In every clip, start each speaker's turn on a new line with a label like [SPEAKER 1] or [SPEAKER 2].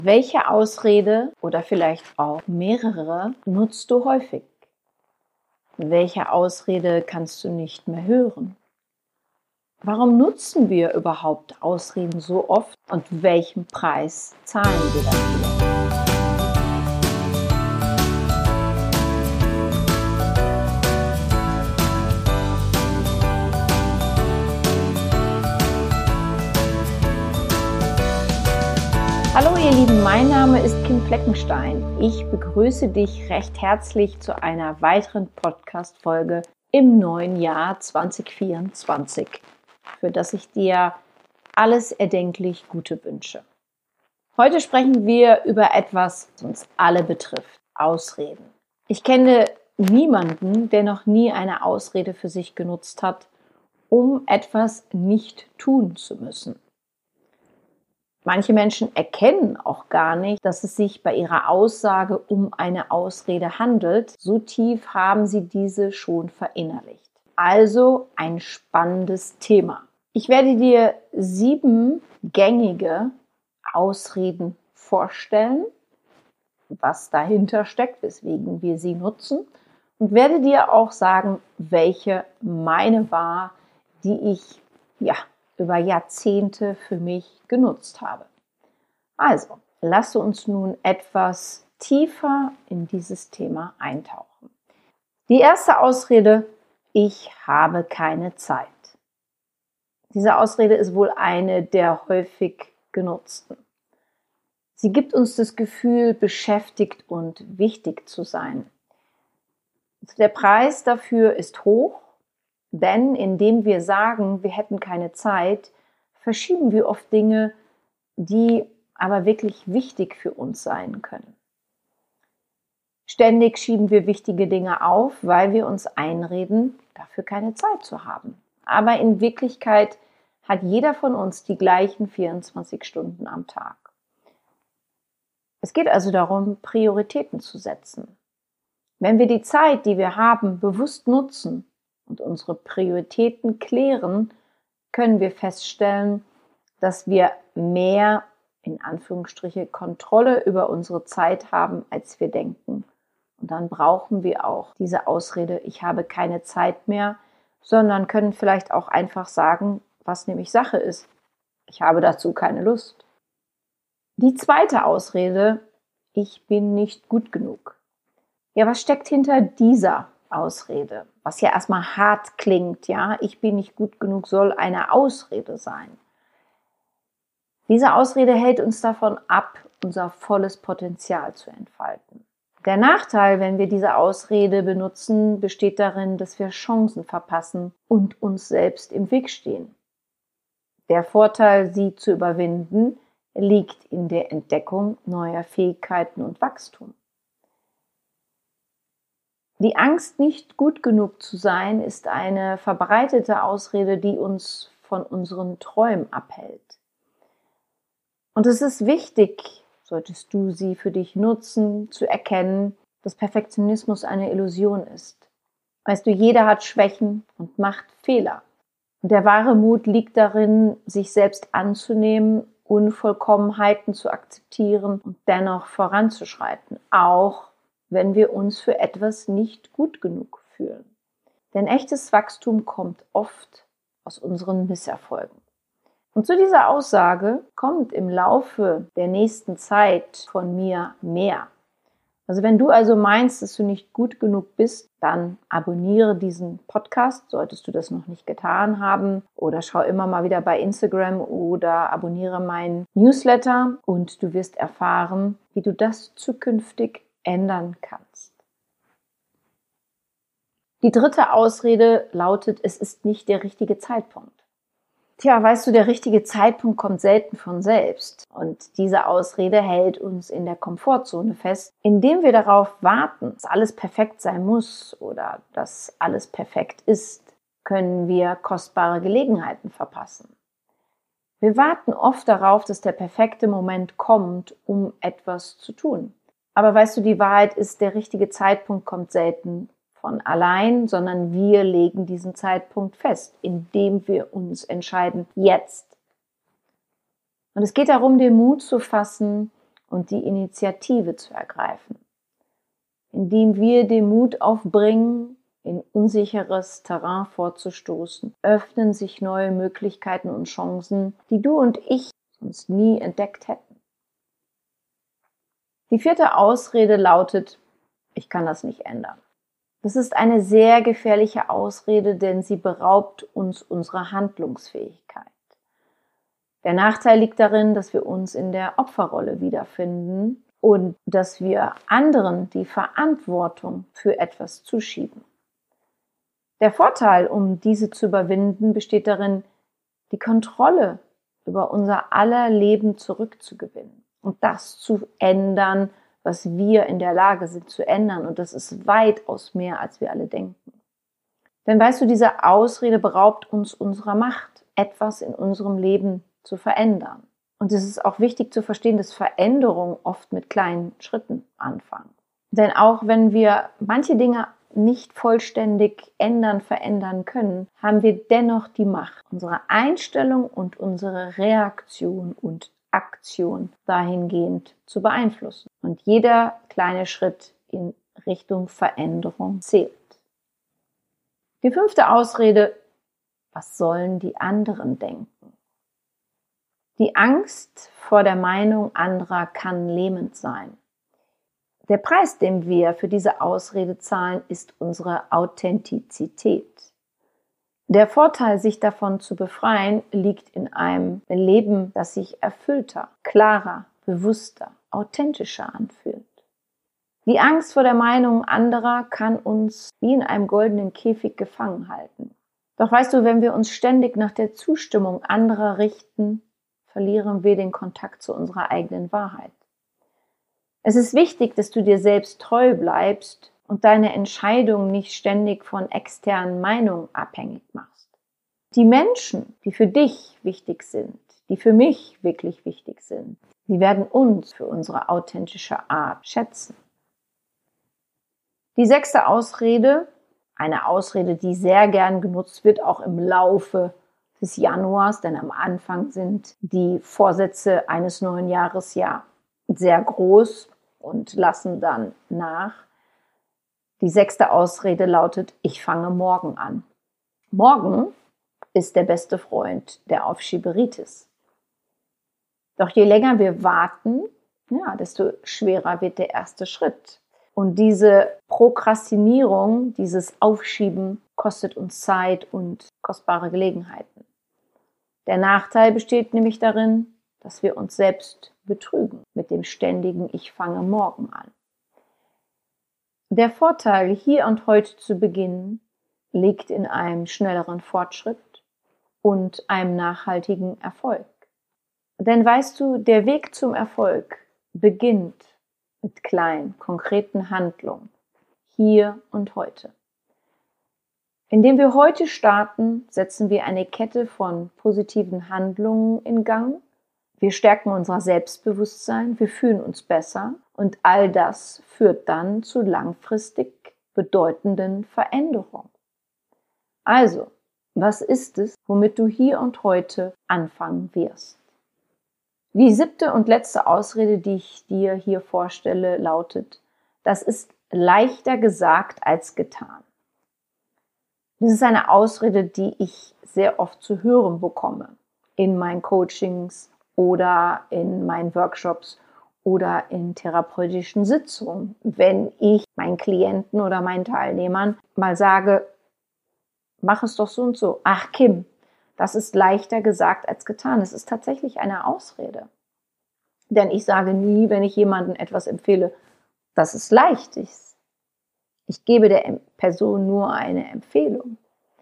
[SPEAKER 1] Welche Ausrede oder vielleicht auch mehrere nutzt du häufig? Welche Ausrede kannst du nicht mehr hören? Warum nutzen wir überhaupt Ausreden so oft und welchen Preis zahlen wir dafür? Hallo ihr Lieben, mein Name ist Kim Fleckenstein. Ich begrüße dich recht herzlich zu einer weiteren Podcast-Folge im neuen Jahr 2024, für das ich dir alles erdenklich Gute wünsche. Heute sprechen wir über etwas, was uns alle betrifft: Ausreden. Ich kenne niemanden, der noch nie eine Ausrede für sich genutzt hat, um etwas nicht tun zu müssen. Manche Menschen erkennen auch gar nicht, dass es sich bei ihrer Aussage um eine Ausrede handelt. So tief haben sie diese schon verinnerlicht. Also ein spannendes Thema. Ich werde dir 7 gängige Ausreden vorstellen, was dahinter steckt, weswegen wir sie nutzen, und werde dir auch sagen, welche meine war, die ich über Jahrzehnte für mich genutzt habe. Also, lass uns nun etwas tiefer in dieses Thema eintauchen. Die erste Ausrede: Ich habe keine Zeit. Diese Ausrede ist wohl eine der häufig genutzten. Sie gibt uns das Gefühl, beschäftigt und wichtig zu sein. Der Preis dafür ist hoch. Denn indem wir sagen, wir hätten keine Zeit, verschieben wir oft Dinge, die aber wirklich wichtig für uns sein können. Ständig schieben wir wichtige Dinge auf, weil wir uns einreden, dafür keine Zeit zu haben. Aber in Wirklichkeit hat jeder von uns die gleichen 24 Stunden am Tag. Es geht also darum, Prioritäten zu setzen. Wenn wir die Zeit, die wir haben, bewusst nutzen und unsere Prioritäten klären, können wir feststellen, dass wir mehr, in Anführungsstriche, Kontrolle über unsere Zeit haben, als wir denken. Und dann brauchen wir auch diese Ausrede, ich habe keine Zeit mehr, sondern können vielleicht auch einfach sagen, was nämlich Sache ist. Ich habe dazu keine Lust. Die zweite Ausrede: Ich bin nicht gut genug. Ja, was steckt hinter dieser Ausrede? Was ja erstmal hart klingt, ja, ich bin nicht gut genug, soll eine Ausrede sein. Diese Ausrede hält uns davon ab, unser volles Potenzial zu entfalten. Der Nachteil, wenn wir diese Ausrede benutzen, besteht darin, dass wir Chancen verpassen und uns selbst im Weg stehen. Der Vorteil, sie zu überwinden, liegt in der Entdeckung neuer Fähigkeiten und Wachstum. Die Angst, nicht gut genug zu sein, ist eine verbreitete Ausrede, die uns von unseren Träumen abhält. Und es ist wichtig, solltest du sie für dich nutzen, zu erkennen, dass Perfektionismus eine Illusion ist. Weißt du, jeder hat Schwächen und macht Fehler. Und der wahre Mut liegt darin, sich selbst anzunehmen, Unvollkommenheiten zu akzeptieren und dennoch voranzuschreiten, auch wenn wir uns für etwas nicht gut genug fühlen. Denn echtes Wachstum kommt oft aus unseren Misserfolgen. Und zu dieser Aussage kommt im Laufe der nächsten Zeit von mir mehr. Also wenn du also meinst, dass du nicht gut genug bist, dann abonniere diesen Podcast, solltest du das noch nicht getan haben, oder schau immer mal wieder bei Instagram oder abonniere meinen Newsletter und du wirst erfahren, wie du das zukünftig ändern kannst. Die dritte Ausrede lautet: Es ist nicht der richtige Zeitpunkt. Tja, weißt du, der richtige Zeitpunkt kommt selten von selbst. Und diese Ausrede hält uns in der Komfortzone fest, indem wir darauf warten, dass alles perfekt sein muss oder dass alles perfekt ist, können wir kostbare Gelegenheiten verpassen. Wir warten oft darauf, dass der perfekte Moment kommt, um etwas zu tun. Aber weißt du, die Wahrheit ist, der richtige Zeitpunkt kommt selten von allein, sondern wir legen diesen Zeitpunkt fest, indem wir uns entscheiden, jetzt. Und es geht darum, den Mut zu fassen und die Initiative zu ergreifen. Indem wir den Mut aufbringen, in unsicheres Terrain vorzustoßen, öffnen sich neue Möglichkeiten und Chancen, die du und ich sonst nie entdeckt hätten. Die 4. Ausrede lautet: Ich kann das nicht ändern. Das ist eine sehr gefährliche Ausrede, denn sie beraubt uns unserer Handlungsfähigkeit. Der Nachteil liegt darin, dass wir uns in der Opferrolle wiederfinden und dass wir anderen die Verantwortung für etwas zuschieben. Der Vorteil, um diese zu überwinden, besteht darin, die Kontrolle über unser aller Leben zurückzugewinnen und das zu ändern, was wir in der Lage sind zu ändern. Und das ist weitaus mehr, als wir alle denken. Denn weißt du, diese Ausrede beraubt uns unserer Macht, etwas in unserem Leben zu verändern. Und es ist auch wichtig zu verstehen, dass Veränderungen oft mit kleinen Schritten anfangen. Denn auch wenn wir manche Dinge nicht vollständig verändern können, haben wir dennoch die Macht, unsere Einstellung und unsere Reaktion und Aktion dahingehend zu beeinflussen. Und jeder kleine Schritt in Richtung Veränderung zählt. Die 5. Ausrede: Was sollen die anderen denken? Die Angst vor der Meinung anderer kann lähmend sein. Der Preis, den wir für diese Ausrede zahlen, ist unsere Authentizität. Der Vorteil, sich davon zu befreien, liegt in einem Leben, das sich erfüllter, klarer, bewusster, authentischer anfühlt. Die Angst vor der Meinung anderer kann uns wie in einem goldenen Käfig gefangen halten. Doch weißt du, wenn wir uns ständig nach der Zustimmung anderer richten, verlieren wir den Kontakt zu unserer eigenen Wahrheit. Es ist wichtig, dass du dir selbst treu bleibst und deine Entscheidungen nicht ständig von externen Meinungen abhängig machst. Die Menschen, die für dich wichtig sind, die für mich wirklich wichtig sind, die werden uns für unsere authentische Art schätzen. Die 6. Ausrede, eine Ausrede, die sehr gern genutzt wird, auch im Laufe des Januars, denn am Anfang sind die Vorsätze eines neuen Jahres ja sehr groß und lassen dann nach. Die 6. Ausrede lautet: Ich fange morgen an. Morgen ist der beste Freund der Aufschieberitis. Doch je länger wir warten, desto schwerer wird der erste Schritt. Und diese Prokrastinierung, dieses Aufschieben kostet uns Zeit und kostbare Gelegenheiten. Der Nachteil besteht nämlich darin, dass wir uns selbst betrügen mit dem ständigen Ich fange morgen an. Der Vorteil, hier und heute zu beginnen, liegt in einem schnelleren Fortschritt und einem nachhaltigen Erfolg. Denn weißt du, der Weg zum Erfolg beginnt mit kleinen, konkreten Handlungen, hier und heute. Indem wir heute starten, setzen wir eine Kette von positiven Handlungen in Gang. Wir stärken unser Selbstbewusstsein, wir fühlen uns besser und all das führt dann zu langfristig bedeutenden Veränderungen. Also, was ist es, womit du hier und heute anfangen wirst? Die 7. und letzte Ausrede, die ich dir hier vorstelle, lautet: Das ist leichter gesagt als getan. Das ist eine Ausrede, die ich sehr oft zu hören bekomme in meinen Coachings oder in meinen Workshops oder in therapeutischen Sitzungen, wenn ich meinen Klienten oder meinen Teilnehmern mal sage: Mach es doch so und so. Ach Kim, das ist leichter gesagt als getan. Es ist tatsächlich eine Ausrede. Denn ich sage nie, wenn ich jemandem etwas empfehle, dass es leicht ist. Ich gebe der Person nur eine Empfehlung.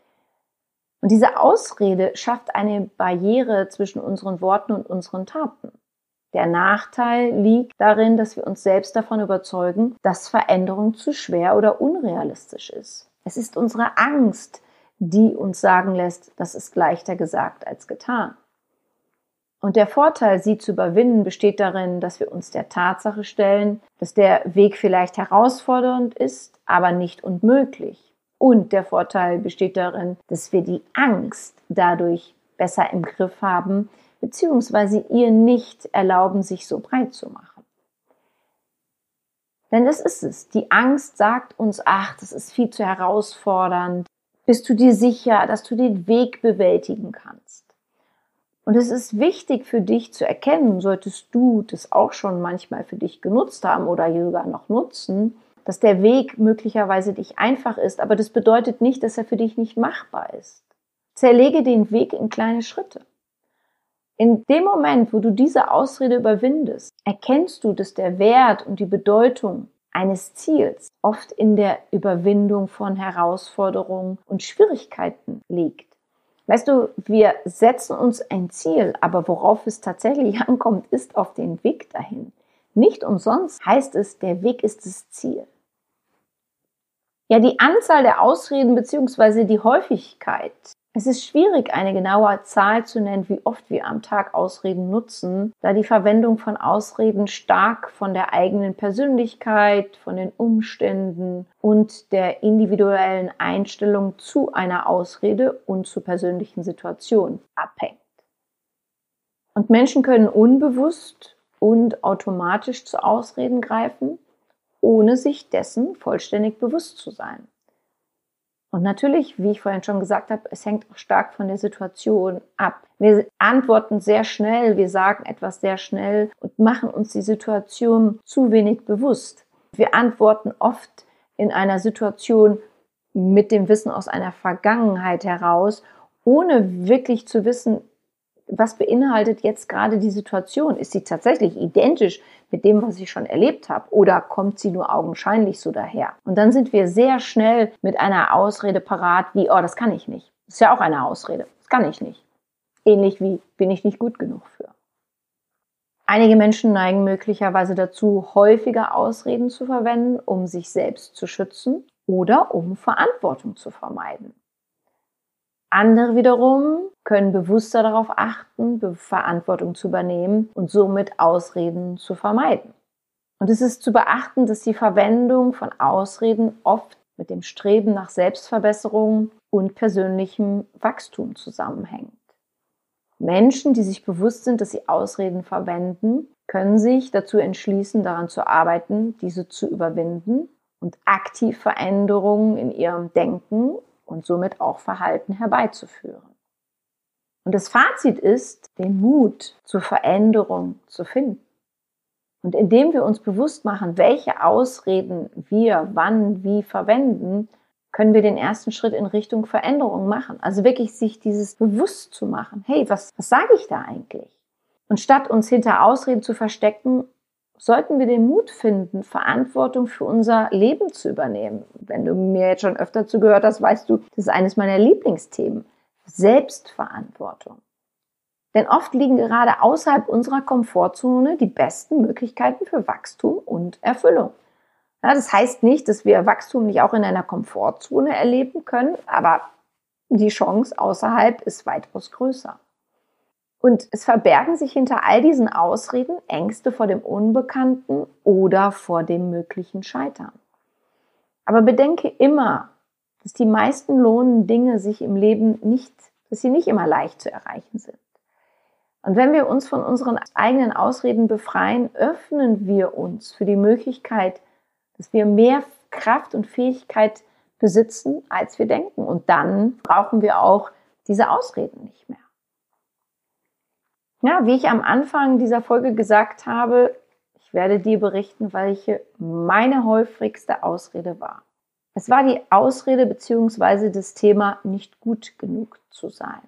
[SPEAKER 1] Und diese Ausrede schafft eine Barriere zwischen unseren Worten und unseren Taten. Der Nachteil liegt darin, dass wir uns selbst davon überzeugen, dass Veränderung zu schwer oder unrealistisch ist. Es ist unsere Angst, die uns sagen lässt, das ist leichter gesagt als getan. Und der Vorteil, sie zu überwinden, besteht darin, dass wir uns der Tatsache stellen, dass der Weg vielleicht herausfordernd ist, aber nicht unmöglich. Und der Vorteil besteht darin, dass wir die Angst dadurch besser im Griff haben, beziehungsweise ihr nicht erlauben, sich so breit zu machen. Denn das ist es. Die Angst sagt uns, ach, das ist viel zu herausfordernd. Bist du dir sicher, dass du den Weg bewältigen kannst? Und es ist wichtig für dich zu erkennen, solltest du das auch schon manchmal für dich genutzt haben oder sogar noch nutzen, dass der Weg möglicherweise nicht einfach ist, aber das bedeutet nicht, dass er für dich nicht machbar ist. Zerlege den Weg in kleine Schritte. In dem Moment, wo du diese Ausrede überwindest, erkennst du, dass der Wert und die Bedeutung eines Ziels oft in der Überwindung von Herausforderungen und Schwierigkeiten liegt. Weißt du, wir setzen uns ein Ziel, aber worauf es tatsächlich ankommt, ist auf den Weg dahin. Nicht umsonst heißt es, der Weg ist das Ziel. Ja, die Anzahl der Ausreden bzw. die Häufigkeit. Es ist schwierig, eine genaue Zahl zu nennen, wie oft wir am Tag Ausreden nutzen, da die Verwendung von Ausreden stark von der eigenen Persönlichkeit, von den Umständen und der individuellen Einstellung zu einer Ausrede und zu persönlichen Situationen abhängt. Und Menschen können unbewusst und automatisch zu Ausreden greifen, ohne sich dessen vollständig bewusst zu sein. Und natürlich, wie ich vorhin schon gesagt habe, es hängt auch stark von der Situation ab. Wir antworten sehr schnell, wir sagen etwas sehr schnell und machen uns die Situation zu wenig bewusst. Wir antworten oft in einer Situation mit dem Wissen aus einer Vergangenheit heraus, ohne wirklich zu wissen, was beinhaltet jetzt gerade die Situation? Ist sie tatsächlich identisch mit dem, was ich schon erlebt habe? Oder kommt sie nur augenscheinlich so daher? Und dann sind wir sehr schnell mit einer Ausrede parat, wie, oh, das kann ich nicht. Das ist ja auch eine Ausrede. Das kann ich nicht. Ähnlich wie, bin ich nicht gut genug für. Einige Menschen neigen möglicherweise dazu, häufiger Ausreden zu verwenden, um sich selbst zu schützen oder um Verantwortung zu vermeiden. Andere wiederum können bewusster darauf achten, Verantwortung zu übernehmen und somit Ausreden zu vermeiden. Und es ist zu beachten, dass die Verwendung von Ausreden oft mit dem Streben nach Selbstverbesserung und persönlichem Wachstum zusammenhängt. Menschen, die sich bewusst sind, dass sie Ausreden verwenden, können sich dazu entschließen, daran zu arbeiten, diese zu überwinden und aktiv Veränderungen in ihrem Denken und somit auch Verhalten herbeizuführen. Und das Fazit ist, den Mut zur Veränderung zu finden. Und indem wir uns bewusst machen, welche Ausreden wir wann wie verwenden, können wir den ersten Schritt in Richtung Veränderung machen. Also wirklich sich dieses bewusst zu machen. Hey, was sage ich da eigentlich? Und statt uns hinter Ausreden zu verstecken, sollten wir den Mut finden, Verantwortung für unser Leben zu übernehmen. Wenn du mir jetzt schon öfter zugehört hast, weißt du, das ist eines meiner Lieblingsthemen. Selbstverantwortung. Denn oft liegen gerade außerhalb unserer Komfortzone die besten Möglichkeiten für Wachstum und Erfüllung. Ja, das heißt nicht, dass wir Wachstum nicht auch in einer Komfortzone erleben können, aber die Chance außerhalb ist weitaus größer. Und es verbergen sich hinter all diesen Ausreden Ängste vor dem Unbekannten oder vor dem möglichen Scheitern. Aber bedenke immer, dass die meisten lohnenden Dinge sich im Leben nicht immer leicht zu erreichen sind. Und wenn wir uns von unseren eigenen Ausreden befreien, öffnen wir uns für die Möglichkeit, dass wir mehr Kraft und Fähigkeit besitzen, als wir denken. Und dann brauchen wir auch diese Ausreden nicht mehr. Ja, wie ich am Anfang dieser Folge gesagt habe, ich werde dir berichten, welche meine häufigste Ausrede war. Es war die Ausrede bzw. das Thema, nicht gut genug zu sein.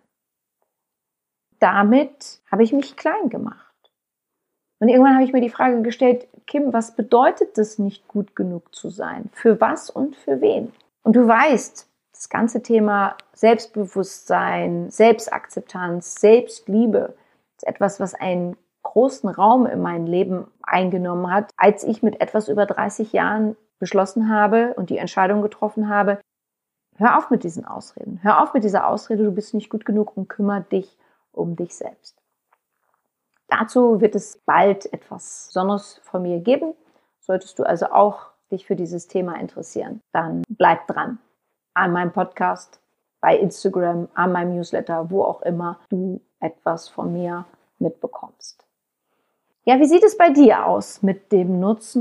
[SPEAKER 1] Damit habe ich mich klein gemacht. Und irgendwann habe ich mir die Frage gestellt, Kim, was bedeutet es, nicht gut genug zu sein? Für was und für wen? Und du weißt, das ganze Thema Selbstbewusstsein, Selbstakzeptanz, Selbstliebe ist etwas, was einen großen Raum in meinem Leben eingenommen hat, als ich mit etwas über 30 Jahren beschlossen habe und die Entscheidung getroffen habe, hör auf mit diesen Ausreden. Hör auf mit dieser Ausrede, du bist nicht gut genug und kümmere dich um dich selbst. Dazu wird es bald etwas Besonderes von mir geben. Solltest du also auch dich für dieses Thema interessieren, dann bleib dran an meinem Podcast, bei Instagram, an meinem Newsletter, wo auch immer du etwas von mir mitbekommst. Ja, wie sieht es bei dir aus mit dem Nutzen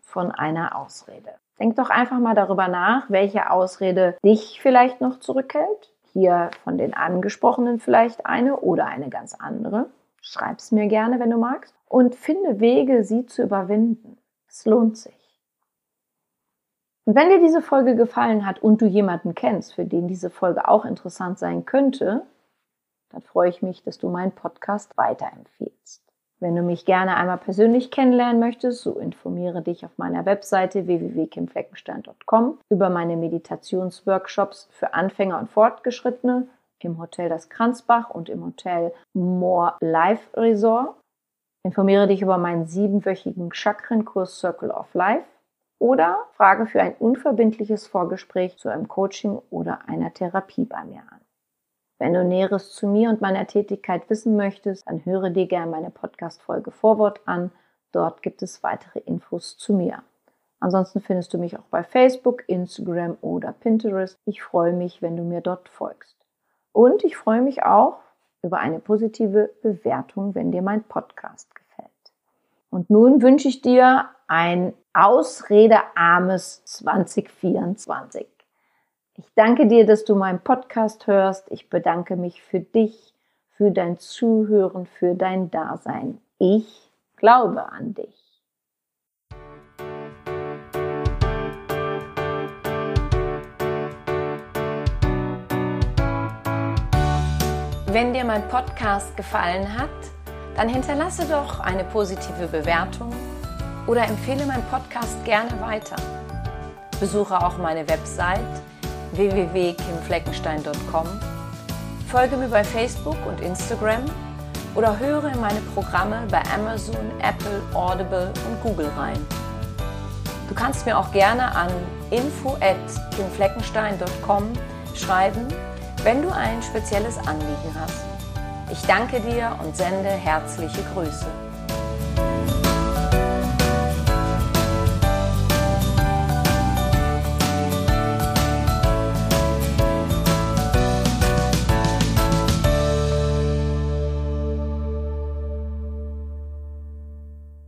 [SPEAKER 1] von einer Ausrede. Denk doch einfach mal darüber nach, welche Ausrede dich vielleicht noch zurückhält. Hier von den angesprochenen vielleicht eine oder eine ganz andere. Schreib's mir gerne, wenn du magst. Und finde Wege, sie zu überwinden. Es lohnt sich. Und wenn dir diese Folge gefallen hat und du jemanden kennst, für den diese Folge auch interessant sein könnte, dann freue ich mich, dass du meinen Podcast weiterempfiehlst. Wenn du mich gerne einmal persönlich kennenlernen möchtest, so informiere dich auf meiner Webseite www.kimfleckenstein.com über meine Meditationsworkshops für Anfänger und Fortgeschrittene im Hotel Das Kranzbach und im Hotel More Life Resort. Informiere dich über meinen 7-wöchigen Chakrenkurs Circle of Life oder frage für ein unverbindliches Vorgespräch zu einem Coaching oder einer Therapie bei mir an. Wenn du Näheres zu mir und meiner Tätigkeit wissen möchtest, dann höre dir gerne meine Podcast-Folge Vorwort an. Dort gibt es weitere Infos zu mir. Ansonsten findest du mich auch bei Facebook, Instagram oder Pinterest. Ich freue mich, wenn du mir dort folgst. Und ich freue mich auch über eine positive Bewertung, wenn dir mein Podcast gefällt. Und nun wünsche ich dir ein ausredearmes 2024. Ich danke dir, dass du meinen Podcast hörst. Ich bedanke mich für dich, für dein Zuhören, für dein Dasein. Ich glaube an dich. Wenn dir mein Podcast gefallen hat, dann hinterlasse doch eine positive Bewertung oder empfehle meinen Podcast gerne weiter. Besuche auch meine Website www.kimfleckenstein.com, folge mir bei Facebook und Instagram oder höre in meine Programme bei Amazon, Apple, Audible und Google rein. Du kannst mir auch gerne an info@kimfleckenstein.com schreiben, wenn du ein spezielles Anliegen hast. Ich danke dir und sende herzliche Grüße.